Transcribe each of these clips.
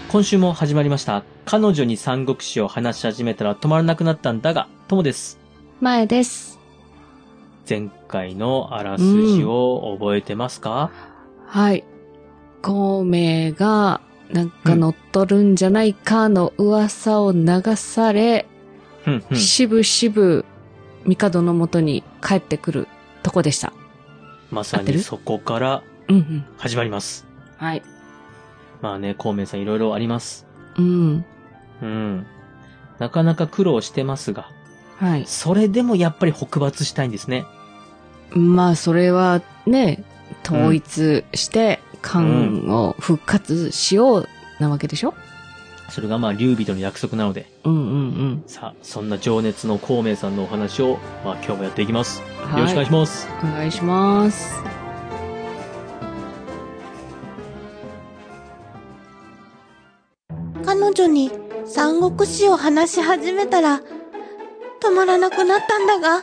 今週も始まりました。彼女に三国志を話し始めたら止まらなくなったんだが、ともです。 前です。 前回のあらすじを覚えてますか？ はい。孔明がなんか乗っ取るんじゃないかの噂を流され、しぶしぶ帝のもとに帰ってくるとこでした。 まさにそこから始まります。 はい。 まあね、孔明さんいろいろあります。 うん。 なかなか苦労してますが。 はい。 それでもやっぱり北伐したいんですね。 まあ、それはね、統一して漢を復活しようなわけでしょ？ それがまあ、劉備との約束なので。さあ、そんな情熱の孔明さんのお話を、まあ今日もやっていきます。はい、よろしくお願いします。 お願いします。 彼女に三国志を話し始めたら止まらなくなったんだが。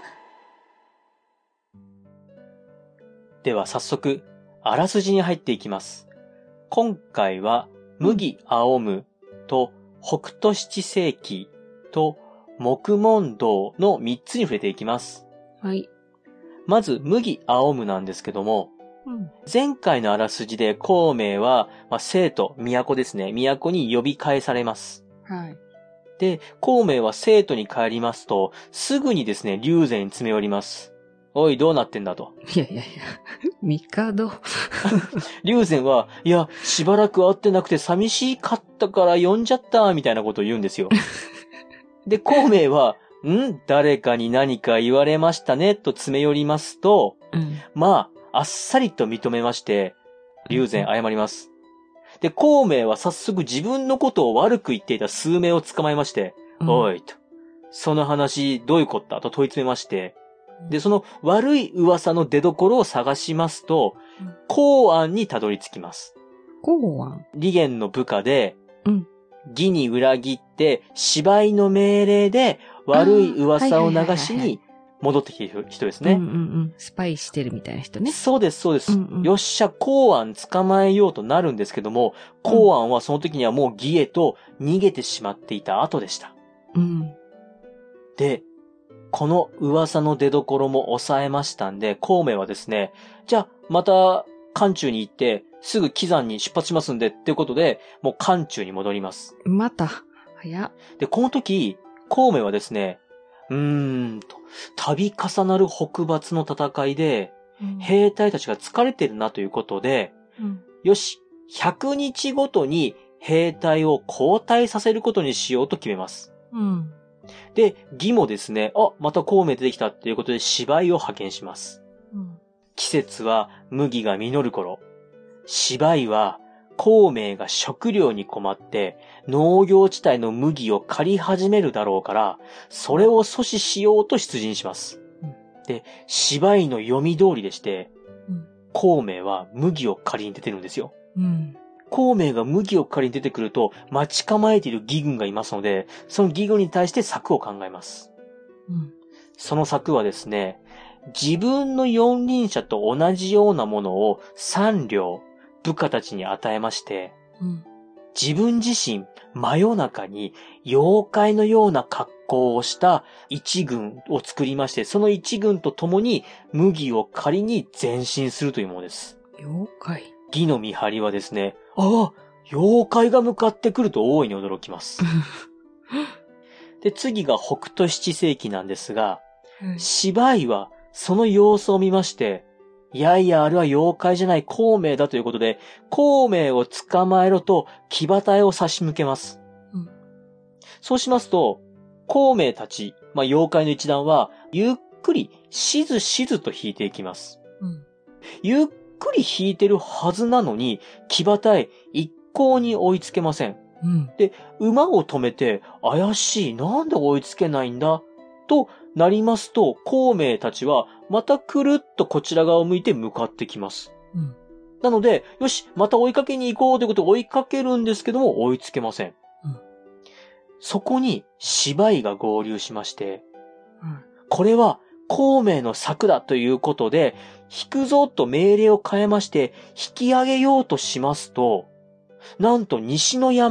では早速、あらすじに入っていきます。今回は、麦青むと北斗七星記と木門道の3つに触れていきます。 はい。 まず、麦青むなんですけども、前回のあらすじで孔明は、生徒、都ですね。都に呼び返されます。 はい。 で、孔明は生徒に帰りますと、すぐにですね、劉禅に詰め寄ります。おい、どうなってんだと。 いや、帝。 劉禅は、いや、しばらく会ってなくて寂しかったから呼んじゃった、みたいなことを言うんですよ。で、孔明は、誰かに何か言われましたね、と詰め寄りますと、まあ、あっさりと認めまして、劉禅謝ります。で、孔明は早速自分のことを悪く言っていた数名を捕まえまして、おいと、その話どういうことだと問い詰めまして、で、その悪い噂の出所を探しますと、公安にたどり着きます。 公安？ 李元の部下で、義に裏切って芝居の命令で悪い噂を流しに戻ってきてる人ですね。 スパイしてるみたいな人ね。 そうです、そうです。よっしゃ、公安捕まえようとなるんですけども、公安はその時にはもう義へと逃げてしまっていた後でした。で、この噂の出所も抑えましたんで、孔明はですね、じゃあまた漢中に行ってすぐ帰山に出発しますんでっていうことで、もう漢中に戻ります。 また、早っ。 で、この時、孔明はですね、度重なる北伐の戦いで、兵隊たちが疲れてるなということで、よし、100日ごとに兵隊を交代させることにしようと決めます。で、義もですね、また孔明出てきたっていうことで芝居を派遣します。季節は麦が実る頃。芝居は孔明が食料に困って農業地帯の麦を刈り始めるだろうから、それを阻止しようと出陣します。で、芝居の読み通りでして、孔明は麦を刈りに出てるんですよ。孔明が麦を刈りに出てくると待ち構えている義軍がいますので、その義軍に対して策を考えます。その策はですね、自分の四輪車と同じようなものを3両部下たちに与えまして、自分自身真夜中に妖怪のような格好をした一軍を作りまして、その一軍と共に麦を刈りに前進するというものです。 妖怪？ 義の見張りはですね、妖怪が向かってくると大いに驚きます。で、次が北斗七星記なんですが、芝居はその様子を見まして、いやいや、あれは妖怪じゃない孔明だということで、孔明を捕まえろと騎馬隊を差し向けます。そうしますと、孔明たち、妖怪の一団は、ゆっくりしずしずと引いていきます。ゆっくり引いてるはずなのに、騎馬隊一向に追いつけません。で、馬を止めて、怪しい、なんで追いつけないんだとなりますと、孔明たちはまたくるっとこちら側を向いて向かってきます。なので、よし、また追いかけに行こうということで追いかけるんですけども、追いつけません。そこに芝居が合流しまして、これは孔明の策だということで、引くぞと命令を変えまして、引き上げようとしますと、なんと西の山、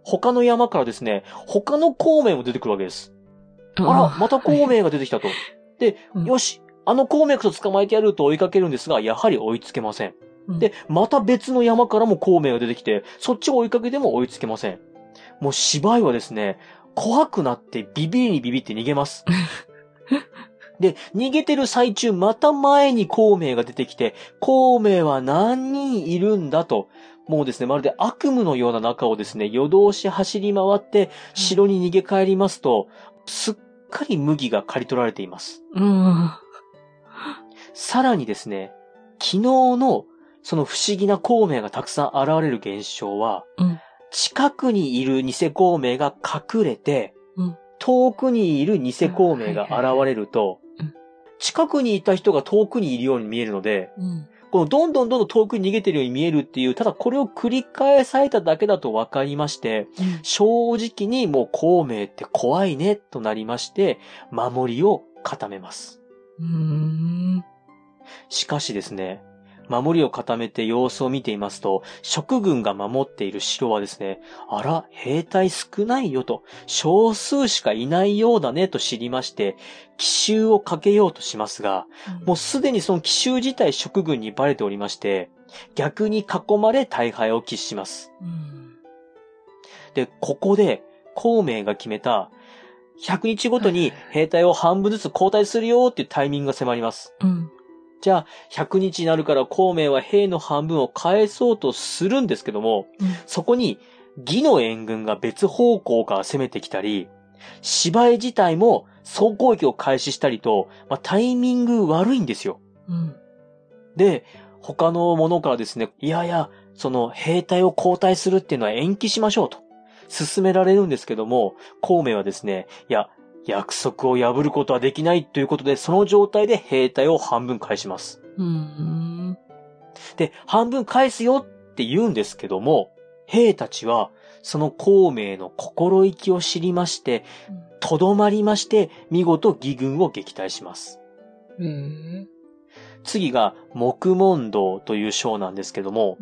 他の山からですね、他の孔明も出てくるわけです。あら、また孔明が出てきたと。で、よし、あの孔明こそ捕まえてやると追いかけるんですが、やはり追いつけません。で、また別の山からも孔明が出てきて、そっちを追いかけても追いつけません。もう芝居はですね、怖くなってビビりって逃げます。で、逃げてる最中、また前に孔明が出てきて、孔明は何人いるんだと、もうですね、まるで悪夢のような中をですね、夜通し走り回って、城に逃げ帰りますと、すっかり麦が刈り取られています。さらにですね、昨日のその不思議な孔明がたくさん現れる現象は、近くにいる偽孔明が隠れて、遠くにいる偽孔明が現れると、近くにいた人が遠くにいるように見えるので、このどんどん遠くに逃げてるように見えるっていう、ただこれを繰り返されただけだと分かりまして、正直にもう孔明って怖いねとなりまして、守りを固めます。しかしですね、守りを固めて様子を見ていますと、蜀軍が守っている城はですね、あら、兵隊少ないよと、少数しかいないようだねと知りまして、奇襲をかけようとしますが、もうすでにその奇襲自体蜀軍にバレておりまして、逆に囲まれ大敗を喫します。で、ここで孔明が決めた、100日ごとに兵隊を半分ずつ交代するよっていうタイミングが迫ります。じゃあ、100日になるから孔明は兵の半分を返そうとするんですけども、そこに魏の援軍が別方向から攻めてきたり、芝居自体も総攻撃を開始したりと、タイミング悪いんですよ。で、他の者からですね、いやいや、その兵隊を交代するっていうのは延期しましょうと、勧められるんですけども、孔明はですね、いや、約束を破ることはできないということで、その状態で兵隊を半分返します。で、半分返すよって言うんですけども、兵たちはその孔明の心意気を知りまして、とどまりまして、見事魏軍を撃退します。次が黙問答という章なんですけども、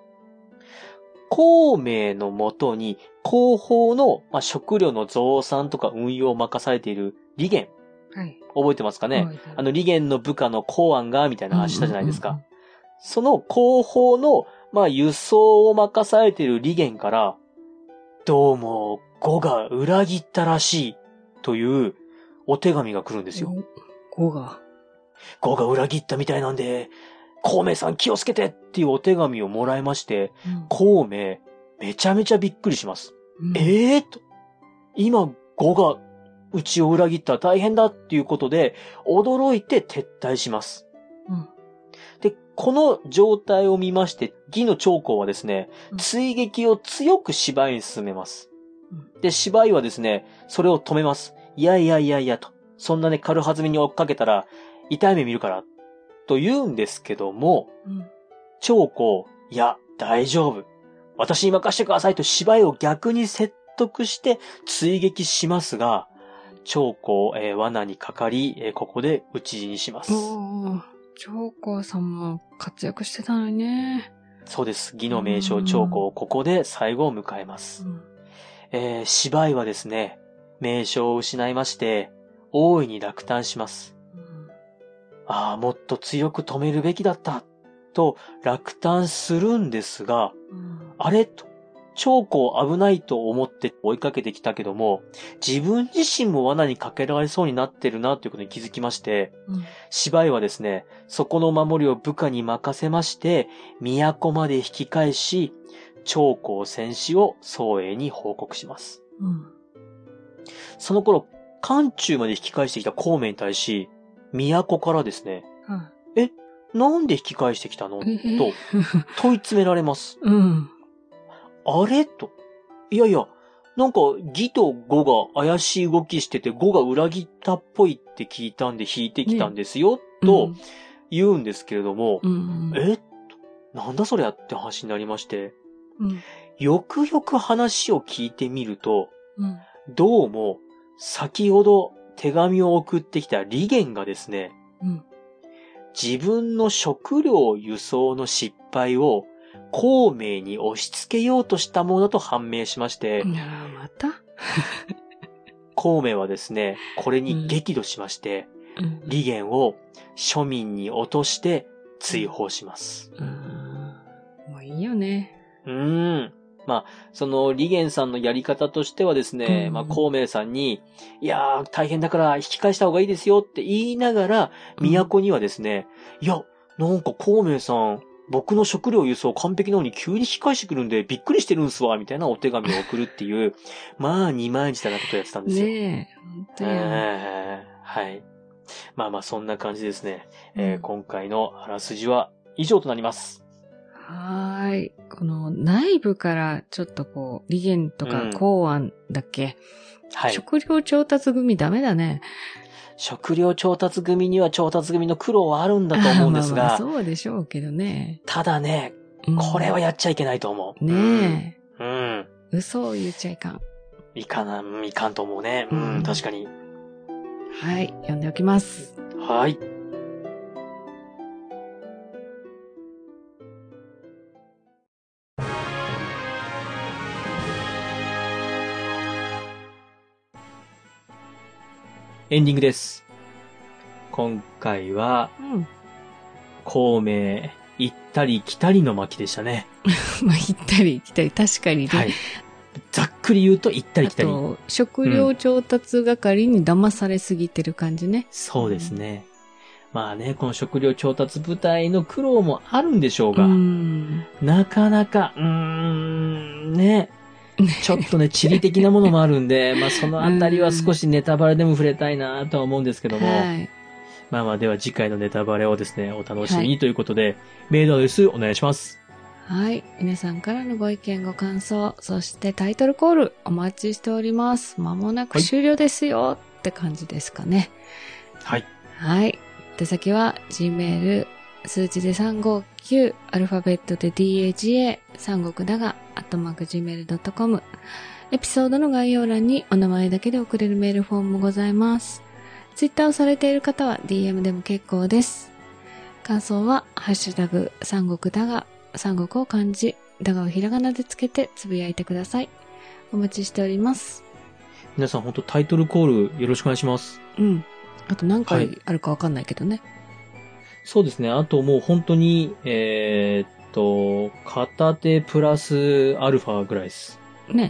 孔明のもとに後方の、食料の増産とか運用を任されている李元。覚えてますかね？李元の部下の孔安がみたいな話したじゃないですか。その後方の、輸送を任されている李元から、どうも呉が裏切ったらしいというお手紙が来るんですよ。 呉が裏切ったみたいなんで、孔明さん気をつけてっていうお手紙をもらいまして、孔明めちゃめちゃびっくりします。と。今呉がうちを裏切ったら大変だっていうことで、驚いて撤退します。で、この状態を見まして、魏の長江はですね、追撃を強く芝居に進めます。で、芝居はですね、それを止めます。いやと。そんなね、軽はずみに追っかけたら、痛い目見るから、と言うんですけども、長江、いや、大丈夫。私に任せてくださいと芝居を逆に説得して追撃しますが、長江、罠にかかり、ここで討ち死にします。 長江さんも活躍してたのにね。 そうです。魏の名将長江、ここで最後を迎えます。芝居はですね、名将を失いまして、大いに落胆します。もっと強く止めるべきだった、と落胆するんですが、あれと、長江危ないと思って追いかけてきたけども、自分自身も罠にかけられそうになってるなということに気づきまして、芝居はですね、そこの守りを部下に任せまして、都まで引き返し、長江戦死を宋英に報告します。その頃、漢中まで引き返してきた孔明に対し、都からですね、なんで引き返してきたのと問い詰められます。あれと。いや、なんか魏と呉が怪しい動きしてて、呉が裏切ったっぽいって聞いたんで引いてきたんですよ、と言うんですけれども、なんだそれやって話になりまして、よくよく話を聞いてみると、どうも先ほど手紙を送ってきた李元がですね、自分の食料輸送の失敗を孔明に押し付けようとしたものだと判明しまして、 また孔明はですね、これに激怒しまして、李元を庶民に落として追放します。 もういいよね。 まあ、その李元さんのやり方としてはですね、まあ、孔明さんに、いやー、大変だから引き返した方がいいですよって言いながら、都にはですね、いや、なんか孔明さん、僕の食料輸送完璧なのに急に引き返してくるんでびっくりしてるんすわ、みたいなお手紙を送るっていう、まあ、二枚舌なことやってたんですよ。 ねえ、本当や。 はい。まあまあ、そんな感じですね。今回のあらすじは以上となります。 はい。この内部からちょっとこう、李元とか公安だっけ、はい。食料調達組ダメだね。 食料調達組には調達組の苦労はあるんだと思うんですが。まあそうでしょうけどね。 ただね、これはやっちゃいけないと思う。 ねえ。嘘を言っちゃいかん。 いかんと思うね。確かに。 はい。読んでおきます。 はい。エンディングです。今回は、孔明、行ったり来たりの巻でしたね。 まあ、行ったり来たり、確かにね。はい。 ざっくり言うと行ったり来たり。 食料調達係に騙されすぎてる感じね。 そうですね。まあね、この食料調達部隊の苦労もあるんでしょうが、なかなか、ね、ちょっとね、地理的なものもあるんで、まあそのあたりは少しネタバレでも触れたいなとは思うんですけども、まあまあでは次回のネタバレをですね、お楽しみにということで、メールアドレスお願いします。 はい。皆さんからのご意見ご感想、そしてタイトルコールお待ちしております。間もなく終了ですよって感じですかね。 はい。 はい。手先は Gmail、数字で359、アルファベットで DAGA、三国だが、@gmail.com。エピソードの概要欄にお名前だけで送れるメールフォームもございます。ツイッターをされている方は DM でも結構です。感想は、ハッシュタグ、三国だが、三国を漢字、だがをひらがなでつけてつぶやいてください。お待ちしております。 皆さん本当タイトルコールよろしくお願いします。 あと何回あるかわかんないけどね。 そうですね。あともう本当に、片手プラスアルファぐらいです。 ね。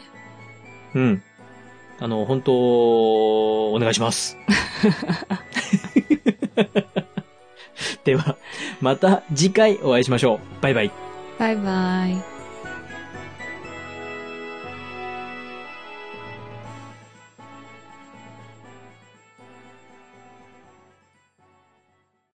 本当、お願いします。では、また次回お会いしましょう。バイバイ。 バイバイ。